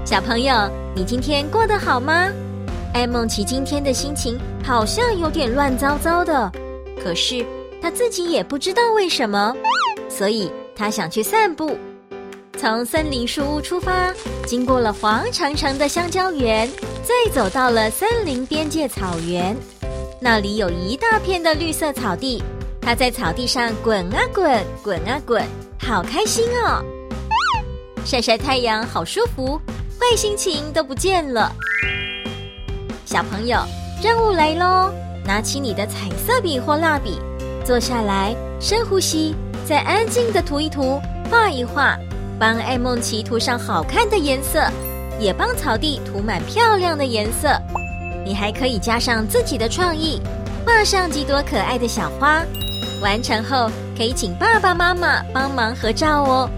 小朋友，你今天过得好吗？艾梦琪今天的心情好像有点乱糟糟的，可是她自己也不知道为什么，所以她想去散步。从森林树屋出发，经过了黄长长的香蕉园，再走到了森林边界草原。那里有一大片的绿色草地，她在草地上滚啊滚，滚啊滚，好开心哦！晒晒太阳好舒服，坏心情都不见了。小朋友，任务来咯，拿起你的彩色笔或蜡笔，坐下来，深呼吸，再安静地涂一涂，画一画，帮艾梦琪涂上好看的颜色，也帮草地涂满漂亮的颜色。你还可以加上自己的创意，画上几朵可爱的小花。完成后，可以请爸爸妈妈帮忙合照哦。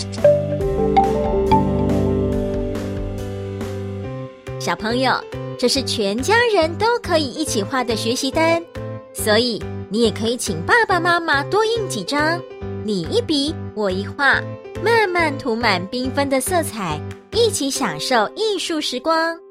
小朋友，这是全家人都可以一起画的学习单，所以你也可以请爸爸妈妈多印几张，你一笔我一画，慢慢涂满缤纷的色彩，一起享受艺术时光。